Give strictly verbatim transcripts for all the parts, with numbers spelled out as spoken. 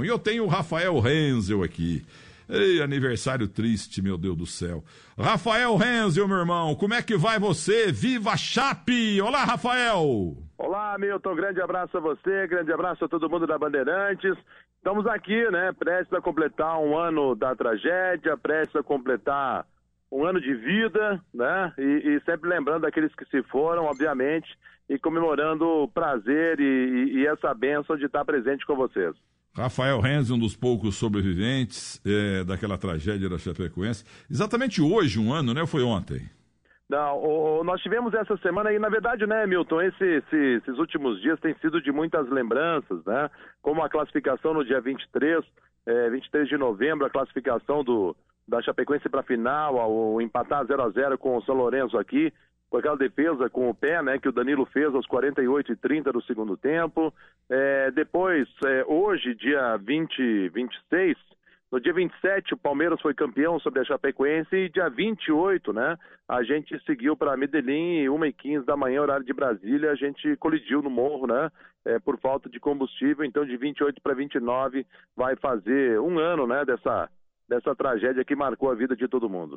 E eu tenho o Rafael Renzel aqui. Ei, aniversário triste, meu Deus do céu. Rafael Renzel, meu irmão, como é que vai você? Viva a Chape! Olá, Rafael! Olá, Milton, grande abraço a você, grande abraço a todo mundo da Bandeirantes. Estamos aqui, né, prestes a completar um ano da tragédia, prestes a completar um ano de vida, né, e, e sempre lembrando daqueles que se foram, obviamente, e comemorando o prazer e, e, e essa bênção de estar presente com vocês. Rafael Renzel, um dos poucos sobreviventes é, daquela tragédia da Chapecoense. Exatamente hoje, um ano, né, ou foi ontem? Não, o, nós tivemos essa semana e, na verdade, né, Milton, esse, esse, esses últimos dias têm sido de muitas lembranças, né, como a classificação no dia vinte e três, é, vinte e três de novembro, a classificação do, da Chapecoense para a final, o empatar zero a zero com o São Lourenço aqui, com aquela defesa com o pé, né, que o Danilo fez aos quarenta e oito e trinta do segundo tempo. É, depois, é, hoje, dia vinte, vinte e seis, no dia vinte e sete, o Palmeiras foi campeão sobre a Chapecoense e dia vinte e oito, né, a gente seguiu para Medellín e uma e quinze da manhã, horário de Brasília, a gente colidiu no morro, né, é, por falta de combustível. Então, de vinte e oito para vinte e nove vai fazer um ano, né, dessa, dessa tragédia que marcou a vida de todo mundo.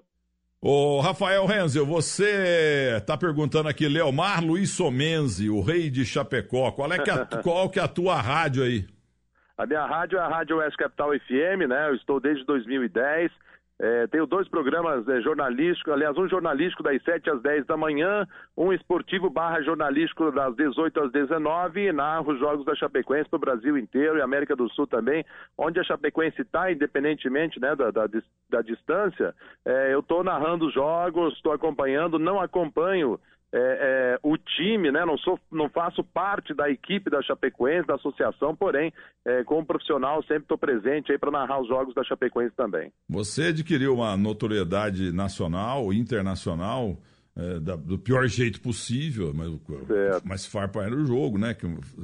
Ô, Rafael Renzel, você está perguntando aqui, Leomar Luiz Somenzi, o rei de Chapecó, qual é que é, qual que é a tua rádio aí? A minha rádio é a Rádio Oeste Capital F M, né? Eu estou desde dois mil e dez. É, tenho dois programas é, jornalísticos, aliás, um jornalístico das sete às dez da manhã, um esportivo barra jornalístico das dezoito às dezenove, e narro os jogos da Chapecoense para o Brasil inteiro e América do Sul também, onde a Chapecoense está, independentemente, né, da, da, da distância. É, eu estou narrando os jogos, estou acompanhando, não acompanho É, é, o time, né? Não sou, não faço parte da equipe da Chapecoense, da associação, porém, é, como profissional, sempre estou presente aí para narrar os jogos da Chapecoense também. Você adquiriu uma notoriedade nacional, internacional, é, da, do pior jeito possível, mas, mas faz parte do jogo, né? Que,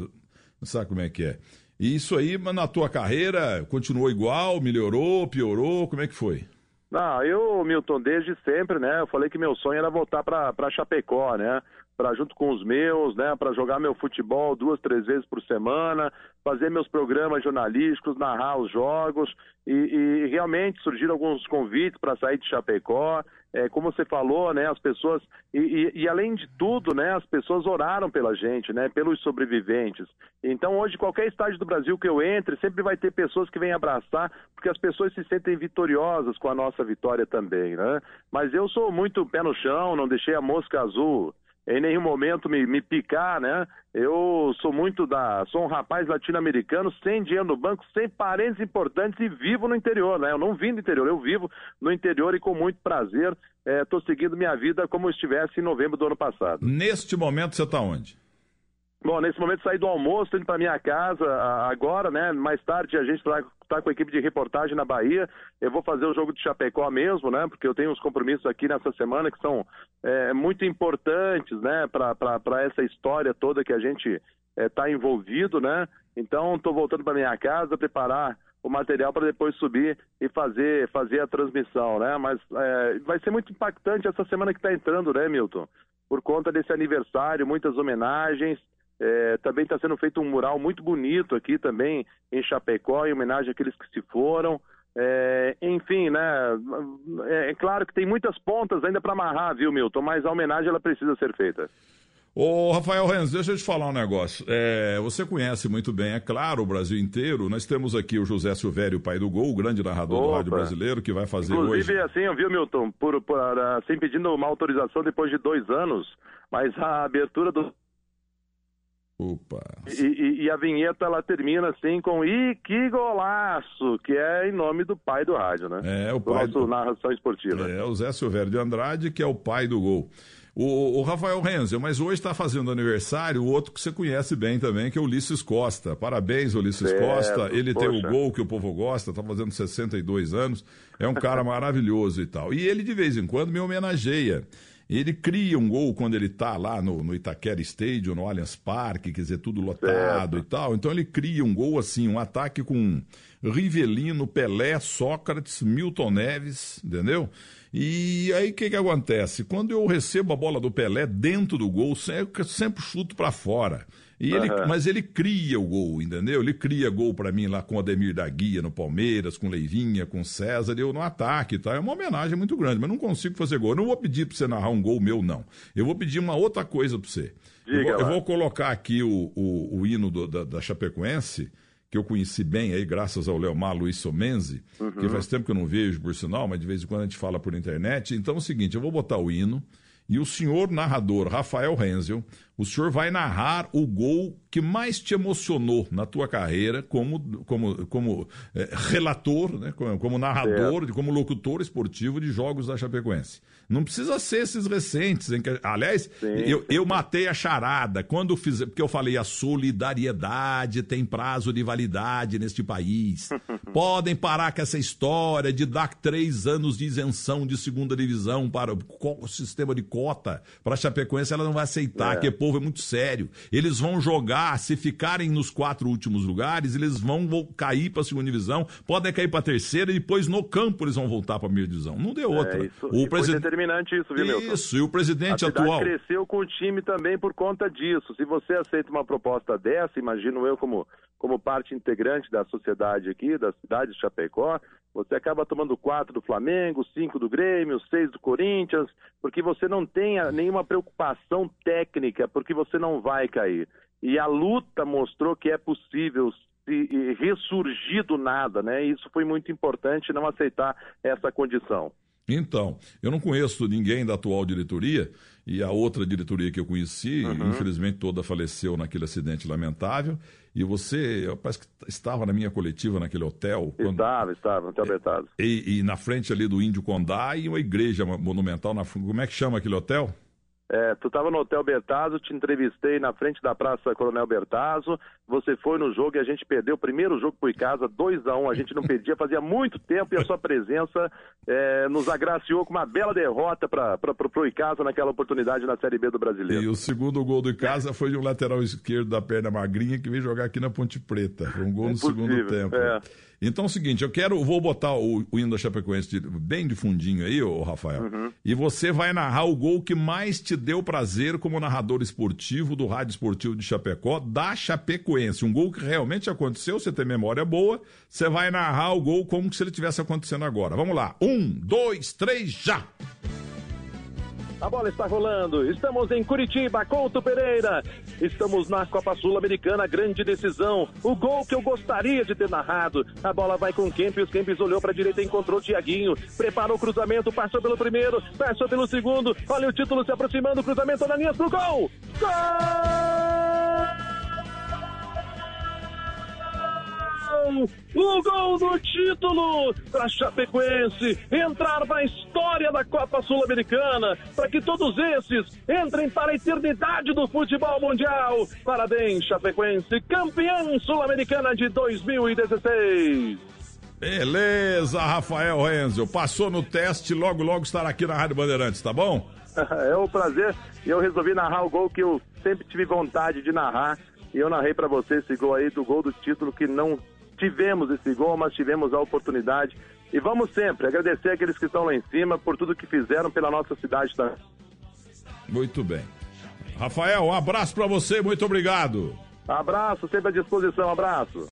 sabe como é que é? E isso aí, na tua carreira, continuou igual, melhorou, piorou, como é que foi? Não, eu, Milton, desde sempre, né, eu falei que meu sonho era voltar para Chapecó, né, para junto com os meus, né, para jogar meu futebol duas, três vezes por semana, fazer meus programas jornalísticos, narrar os jogos, e, e realmente surgiram alguns convites para sair de Chapecó. É, como você falou, né, as pessoas, e, e, e além de tudo, né, as pessoas oraram pela gente, né, pelos sobreviventes. Então hoje, qualquer estádio do Brasil que eu entre, sempre vai ter pessoas que vêm abraçar, porque as pessoas se sentem vitoriosas com a nossa vitória também, né. Mas eu sou muito pé no chão, não deixei a mosca azul em nenhum momento me, me picar, né? Eu sou muito da... Sou um rapaz latino-americano, sem dinheiro no banco, sem parentes importantes e vivo no interior, né? Eu não vim do interior, eu vivo no interior e com muito prazer estou é, seguindo minha vida como eu estivesse em novembro do ano passado. Neste momento você está onde? Bom, nesse momento saí do almoço, indo para minha casa agora, né? Mais tarde a gente está tá com a equipe de reportagem na Bahia. Eu vou fazer o jogo de Chapecó mesmo, né? Porque eu tenho uns compromissos aqui nessa semana que são é, muito importantes, né? Para essa história toda que a gente está é, envolvido, né? Então, estou voltando para minha casa, preparar o material para depois subir e fazer, fazer a transmissão, né? Mas é, vai ser muito impactante essa semana que está entrando, né, Milton? Por conta desse aniversário, muitas homenagens. É, também está sendo feito um mural muito bonito aqui também em Chapecó, em homenagem àqueles que se foram. É, enfim, né? É, é claro que tem muitas pontas ainda para amarrar, viu, Milton? Mas a homenagem ela precisa ser feita. Ô, Rafael Renzel, deixa eu te falar um negócio. É, você conhece muito bem, é claro, o Brasil inteiro. Nós temos aqui o José Silvério, o pai do gol, o grande narrador Opa. do rádio brasileiro, que vai fazer Inclusive, hoje... assim, viu, Milton? Por, por, assim, pedindo uma autorização depois de dois anos, mas a abertura do... Opa. E, e, e a vinheta ela termina assim com "Ih, que golaço", que é em nome do pai do rádio, né? É, o do pai nosso do... narração esportiva. É, o Zé Silvério de Andrade, que é o pai do gol. O, o Rafael Renzel, mas hoje está fazendo aniversário o outro que você conhece bem também, que é o Ulisses Costa. Parabéns, Ulisses certo, Costa. Ele poxa. tem o gol que o povo gosta, está fazendo sessenta e dois anos. É um cara maravilhoso e tal. E ele, de vez em quando, me homenageia. Ele cria um gol quando ele está lá no, no Itaquera Stadium, no Allianz Parque, quer dizer, tudo lotado certo. E tal. Então ele cria um gol assim, um ataque com Rivelino, Pelé, Sócrates, Milton Neves, entendeu? E aí o que que acontece? Quando eu recebo a bola do Pelé dentro do gol, eu sempre chuto para fora. E ele, uhum. Mas ele cria o gol, entendeu? Ele cria gol para mim lá com o Ademir da Guia no Palmeiras, com Leivinha, com César, eu no ataque, tá? É uma homenagem muito grande, mas não consigo fazer gol. Eu não vou pedir para você narrar um gol meu, não. Eu vou pedir uma outra coisa para você. Eu vou, eu vou colocar aqui o, o, o hino do, da, da Chapecoense, que eu conheci bem aí, graças ao Leomar Luiz Somenzi, uhum. que faz tempo que eu não vejo, por sinal, mas de vez em quando a gente fala por internet. Então é o seguinte, eu vou botar o hino e o senhor narrador, Rafael Renzel, o senhor vai narrar o gol que mais te emocionou na tua carreira como, como, como é, relator, né, como, como narrador, é. como locutor esportivo de jogos da Chapecoense. Não precisa ser esses recentes. Em que, aliás, sim, eu, sim. eu matei a charada quando fiz, porque eu falei a solidariedade tem prazo de validade neste país. Podem parar com essa história de dar três anos de isenção de segunda divisão para o sistema de cota para a Chapecoense, ela não vai aceitar, é. que o povo é muito sério. Eles vão jogar, se ficarem nos quatro últimos lugares, eles vão cair para a segunda divisão, podem cair para a terceira e depois no campo eles vão voltar para a primeira divisão. Não deu outra. É, isso, o presidente... Foi determinante isso, viu, Milton? Isso, e o presidente a atual... cresceu com o time também por conta disso. Se você aceita uma proposta dessa, imagino eu como, como parte integrante da sociedade aqui, da cidade de Chapecó, você acaba tomando quatro do Flamengo, cinco do Grêmio, seis do Corinthians, porque você não tem nenhuma preocupação técnica, porque você não vai cair. E a luta mostrou que é possível se ressurgir do nada, né? E isso foi muito importante, não aceitar essa condição. Então, eu não conheço ninguém da atual diretoria, e a outra diretoria que eu conheci, uhum. infelizmente toda faleceu naquele acidente lamentável, e você, eu parece que estava na minha coletiva naquele hotel. Quando... Estava, estava, no Hotel Bertazzo. E, e na frente ali do Índio Condá e uma igreja monumental, na... como é que chama aquele hotel? É, tu estava no Hotel Bertazzo, te entrevistei na frente da Praça Coronel Bertazzo, você foi no jogo e a gente perdeu o primeiro jogo por casa, dois a um, a gente não perdia, fazia muito tempo e a sua presença é, nos agraciou com uma bela derrota para o Icasa naquela oportunidade na Série B do Brasileiro. E o segundo gol do Icasa foi de um lateral esquerdo da perna magrinha que veio jogar aqui na Ponte Preta, foi um gol no segundo tempo. É. Então é o seguinte, eu quero, vou botar o, o hino da Chapecoense bem de fundinho aí, ô Rafael, uhum. e você vai narrar o gol que mais te deu prazer como narrador esportivo do Rádio Esportivo de Chapecó, da Chapecoense. Um gol que realmente aconteceu, você tem memória boa, você vai narrar o gol como se ele estivesse acontecendo agora. Vamos lá, um, dois, três, já! A bola está rolando, estamos em Curitiba, Couto Pereira, estamos na Copa Sul-Americana, grande decisão, o gol que eu gostaria de ter narrado, a bola vai com o Kempis, Kempis olhou para a direita e encontrou o Thiaguinho, preparou o cruzamento, passou pelo primeiro, passou pelo segundo, olha o título se aproximando, cruzamento na linha pro gol, gol! O gol do título para Chapecoense entrar na história da Copa Sul-Americana, para que todos esses entrem para a eternidade do futebol mundial. Parabéns, Chapecoense, campeã sul-americana de dois mil e dezesseis. Beleza, Rafael Renzel, passou no teste, logo logo estará aqui na Rádio Bandeirantes, tá bom? É um prazer, e eu resolvi narrar o gol que eu sempre tive vontade de narrar, e eu narrei para você esse gol aí, do gol do título, que não tivemos esse gol, mas tivemos a oportunidade. E vamos sempre agradecer aqueles que estão lá em cima por tudo que fizeram pela nossa cidade também. Muito bem. Rafael, um abraço para você, muito obrigado. Abraço, sempre à disposição, abraço.